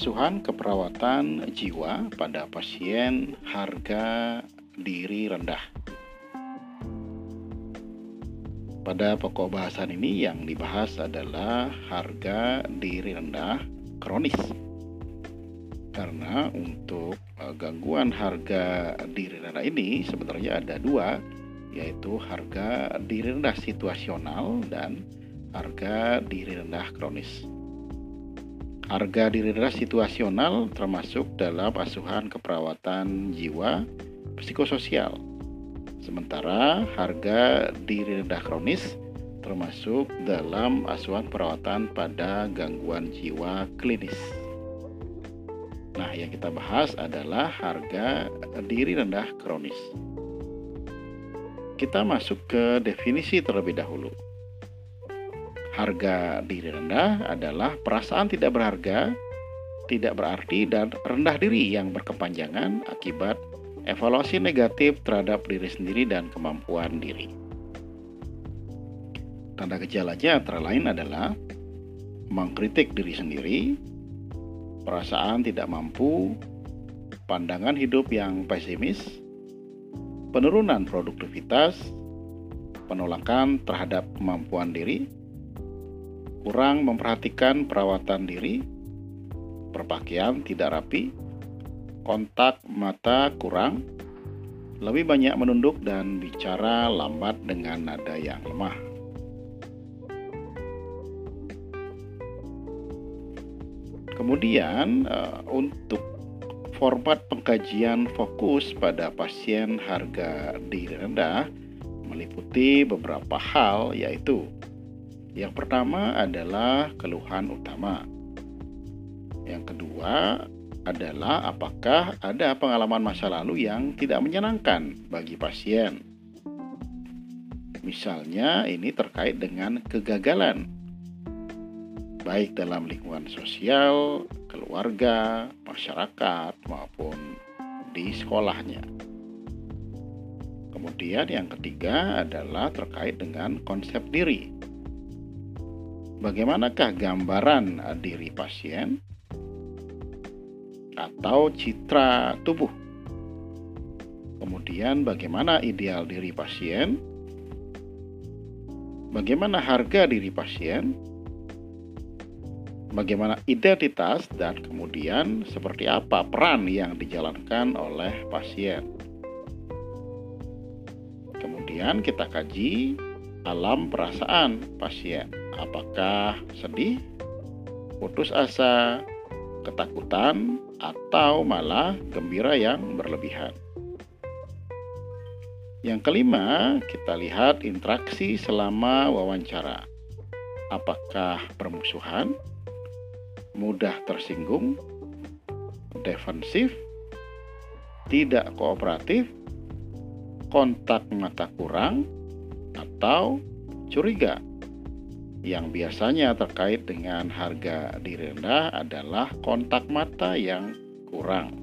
Asuhan keperawatan jiwa pada pasien harga diri rendah. Pada pokok bahasan ini yang dibahas adalah harga diri rendah kronis. Karena untuk gangguan harga diri rendah ini sebenarnya ada dua, yaitu harga diri rendah situasional dan harga diri rendah kronis. Harga diri rendah situasional termasuk dalam asuhan keperawatan jiwa psikososial. Sementara harga diri rendah kronis termasuk dalam asuhan perawatan pada gangguan jiwa klinis. Nah, yang kita bahas adalah harga diri rendah kronis. Kita masuk ke definisi terlebih dahulu. Harga diri rendah adalah perasaan tidak berharga, tidak berarti, dan rendah diri yang berkepanjangan akibat evaluasi negatif terhadap diri sendiri dan kemampuan diri. Tanda gejalanya antara lain adalah mengkritik diri sendiri, perasaan tidak mampu, pandangan hidup yang pesimis, penurunan produktivitas, penolakan terhadap kemampuan diri, kurang memperhatikan perawatan diri, berpakaian tidak rapi, kontak mata kurang, lebih banyak menunduk dan bicara lambat dengan nada yang lemah. Kemudian untuk format pengkajian fokus pada pasien harga diri rendah meliputi beberapa hal, yaitu yang pertama adalah keluhan utama. Yang kedua adalah apakah ada pengalaman masa lalu yang tidak menyenangkan bagi pasien. Misalnya ini terkait dengan kegagalan, baik dalam lingkungan sosial, keluarga, masyarakat, maupun di sekolahnya. Kemudian yang ketiga adalah terkait dengan konsep diri. Bagaimanakah gambaran diri pasien atau citra tubuh? Kemudian bagaimana ideal diri pasien? Bagaimana harga diri pasien? Bagaimana identitas, dan kemudian seperti apa peran yang dijalankan oleh pasien. Kemudian kita kaji alam perasaan pasien. Apakah sedih, putus asa, ketakutan, atau malah gembira yang berlebihan. Yang kelima, kita lihat interaksi selama wawancara. Apakah permusuhan, mudah tersinggung, defensif, tidak kooperatif, kontak mata kurang, atau curiga. Yang biasanya terkait dengan harga diri rendah adalah kontak mata yang kurang.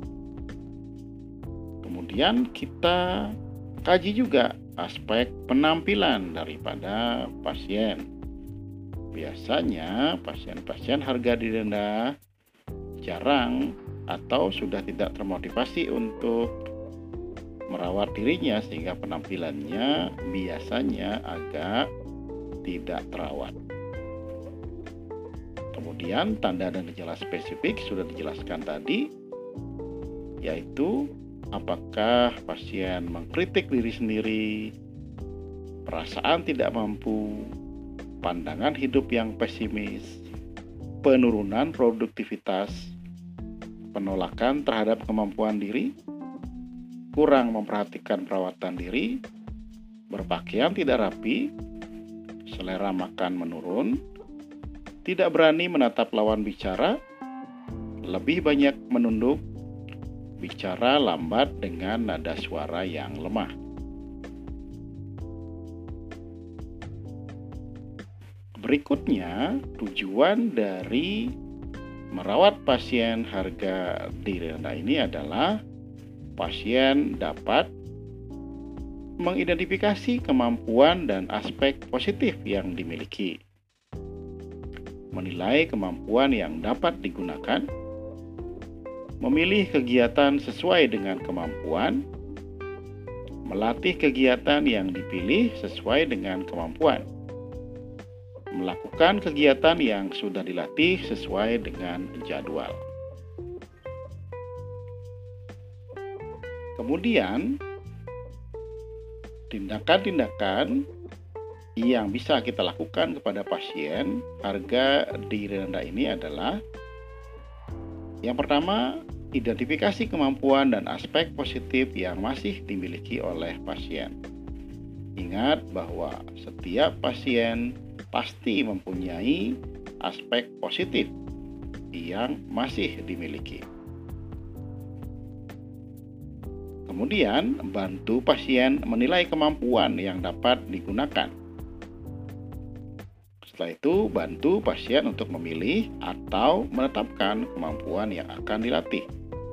Kemudian kita kaji juga aspek penampilan daripada pasien. Biasanya pasien-pasien harga diri rendah jarang atau sudah tidak termotivasi untuk merawat dirinya, sehingga penampilannya biasanya agak tidak terawat. Kemudian tanda dan gejala spesifik sudah dijelaskan tadi, yaitu apakah pasien mengkritik diri sendiri, perasaan tidak mampu, pandangan hidup yang pesimis, penurunan produktivitas, penolakan terhadap kemampuan diri, kurang memperhatikan perawatan diri, berpakaian tidak rapi, selera makan menurun, tidak berani menatap lawan bicara, lebih banyak menunduk, bicara lambat dengan nada suara yang lemah. Berikutnya, tujuan dari merawat pasien harga diri rendah ini adalah pasien dapat mengidentifikasi kemampuan dan aspek positif yang dimiliki, menilai kemampuan yang dapat digunakan, memilih kegiatan sesuai dengan kemampuan, melatih kegiatan yang dipilih sesuai dengan kemampuan, melakukan kegiatan yang sudah dilatih sesuai dengan jadwal. Kemudian, tindakan-tindakan yang bisa kita lakukan kepada pasien harga diri rendah ini adalah: yang pertama, identifikasi kemampuan dan aspek positif yang masih dimiliki oleh pasien. Ingat bahwa setiap pasien pasti mempunyai aspek positif yang masih dimiliki. Kemudian, bantu pasien menilai kemampuan yang dapat digunakan. Setelah itu, bantu pasien untuk memilih atau menetapkan kemampuan yang akan dilatih.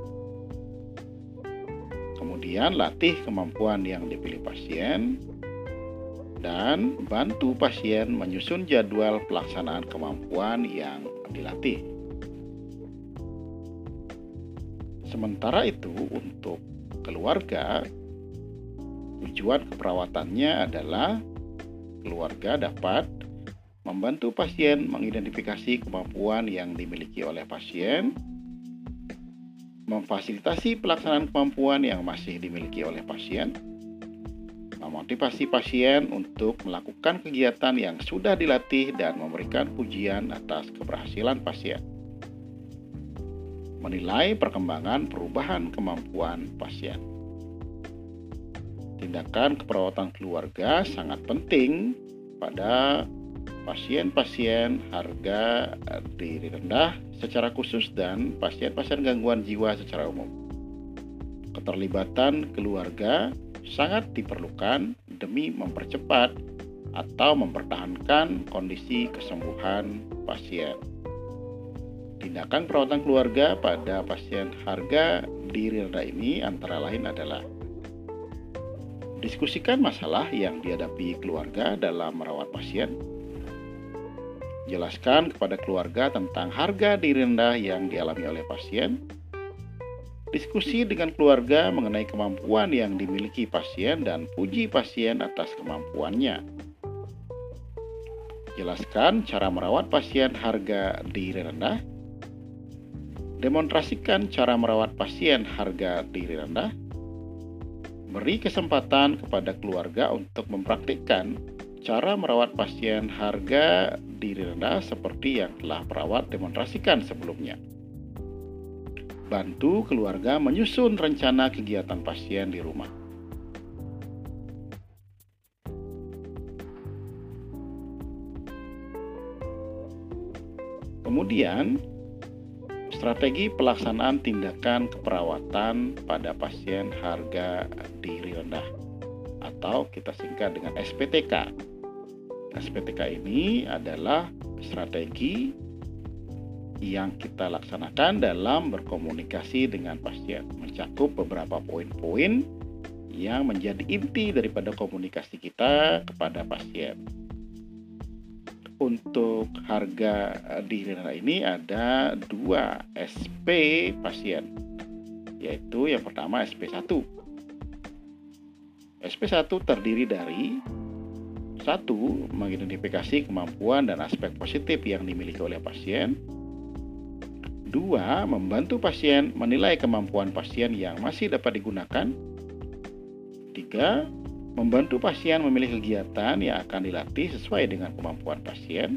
Kemudian, latih kemampuan yang dipilih pasien dan bantu pasien menyusun jadwal pelaksanaan kemampuan yang dilatih. Sementara itu, untuk keluarga, tujuan keperawatannya adalah keluarga dapat membantu pasien mengidentifikasi kemampuan yang dimiliki oleh pasien, memfasilitasi pelaksanaan kemampuan yang masih dimiliki oleh pasien, memotivasi pasien untuk melakukan kegiatan yang sudah dilatih dan memberikan pujian atas keberhasilan pasien, menilai perkembangan perubahan kemampuan pasien. Tindakan keperawatan keluarga sangat penting pada pasien-pasien harga diri rendah secara khusus dan pasien-pasien gangguan jiwa secara umum. Keterlibatan keluarga sangat diperlukan demi mempercepat atau mempertahankan kondisi kesembuhan pasien. Tindakan perawatan keluarga pada pasien harga diri rendah ini antara lain adalah: diskusikan masalah yang dihadapi keluarga dalam merawat pasien. Jelaskan kepada keluarga tentang harga diri rendah yang dialami oleh pasien. Diskusi dengan keluarga mengenai kemampuan yang dimiliki pasien dan puji pasien atas kemampuannya. Jelaskan cara merawat pasien harga diri rendah. Demonstrasikan cara merawat pasien harga diri rendah. Beri kesempatan kepada keluarga untuk mempraktikkan cara merawat pasien harga diri rendah seperti yang telah perawat demonstrasikan sebelumnya. Bantu keluarga menyusun rencana kegiatan pasien di rumah. Kemudian, strategi pelaksanaan tindakan keperawatan pada pasien harga diri rendah atau kita singkat dengan SPTK. SPTK ini adalah strategi yang kita laksanakan dalam berkomunikasi dengan pasien, mencakup beberapa poin-poin yang menjadi inti daripada komunikasi kita kepada pasien. Untuk harga diri rendah ini ada 2 SP pasien, yaitu yang pertama SP1. SP1 terdiri dari 1. Mengidentifikasi kemampuan dan aspek positif yang dimiliki oleh pasien. 2. Membantu pasien menilai kemampuan pasien yang masih dapat digunakan. 3. Membantu pasien memilih kegiatan yang akan dilatih sesuai dengan kemampuan pasien.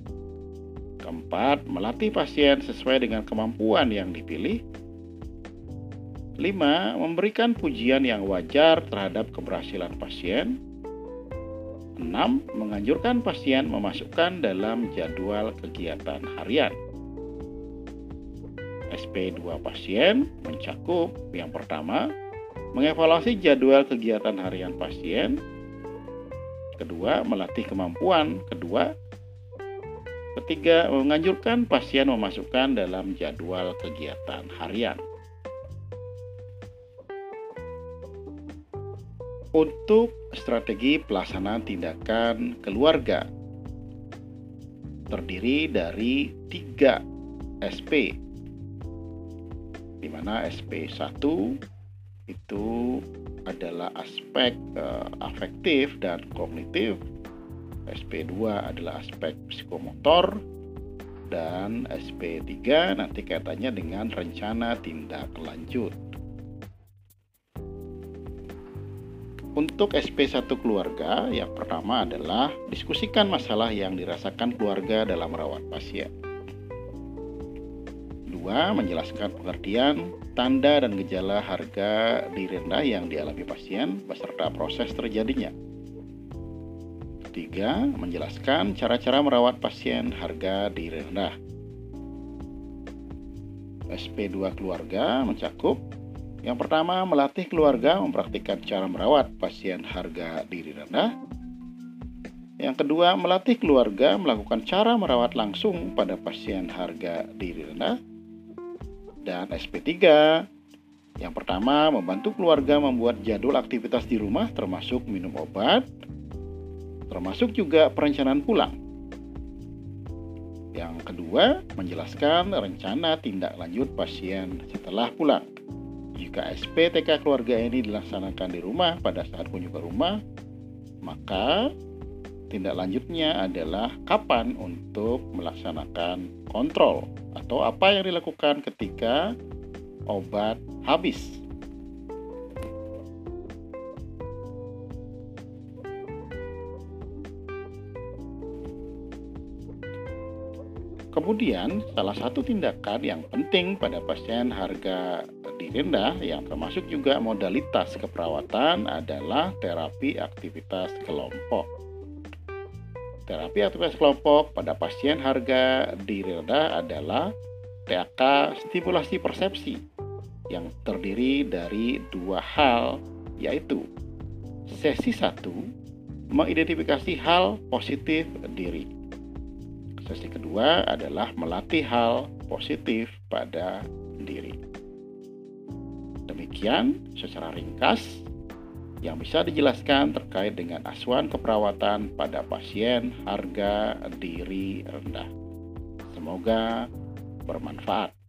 4. Melatih pasien sesuai dengan kemampuan yang dipilih. 5. Memberikan pujian yang wajar terhadap keberhasilan pasien. 6. Menganjurkan pasien memasukkan dalam jadwal kegiatan harian. SP2 pasien mencakup yang pertama, mengevaluasi jadwal kegiatan harian pasien. Kedua, melatih kemampuan. Ketiga, menganjurkan pasien memasukkan dalam jadwal kegiatan harian. Untuk strategi pelaksanaan tindakan keluarga terdiri dari 3 SP. di mana SP1 itu adalah aspek afektif dan kognitif, SP2 adalah aspek psikomotor, dan SP3 nanti kaitannya dengan rencana tindak lanjut. Untuk SP1 keluarga, yang pertama adalah diskusikan masalah yang dirasakan keluarga dalam merawat pasien. 2. Menjelaskan pengertian, tanda dan gejala harga diri rendah yang dialami pasien beserta proses terjadinya. 3. Menjelaskan cara-cara merawat pasien harga diri rendah. SP2 keluarga mencakup yang pertama, melatih keluarga mempraktikkan cara merawat pasien harga diri rendah. Yang kedua, melatih keluarga melakukan cara merawat langsung pada pasien harga diri rendah. Dan SP3, yang pertama, membantu keluarga membuat jadwal aktivitas di rumah termasuk minum obat, termasuk juga perencanaan pulang. Yang kedua, menjelaskan rencana tindak lanjut pasien setelah pulang. Jika SPTK keluarga ini dilaksanakan di rumah pada saat kunjung ke rumah, maka tindak lanjutnya adalah kapan untuk melaksanakan kontrol atau apa yang dilakukan ketika obat habis. Kemudian, salah satu tindakan yang penting pada pasien harga diri rendah yang termasuk juga modalitas keperawatan adalah terapi aktivitas kelompok. Terapi aktivitas kelompok pada pasien harga diri rendah adalah TAK stimulasi persepsi yang terdiri dari 2 hal, yaitu sesi 1, mengidentifikasi hal positif diri. Sesi kedua adalah melatih hal positif pada diri. Demikian secara ringkas yang bisa dijelaskan terkait dengan asuhan keperawatan pada pasien harga diri rendah. Semoga bermanfaat.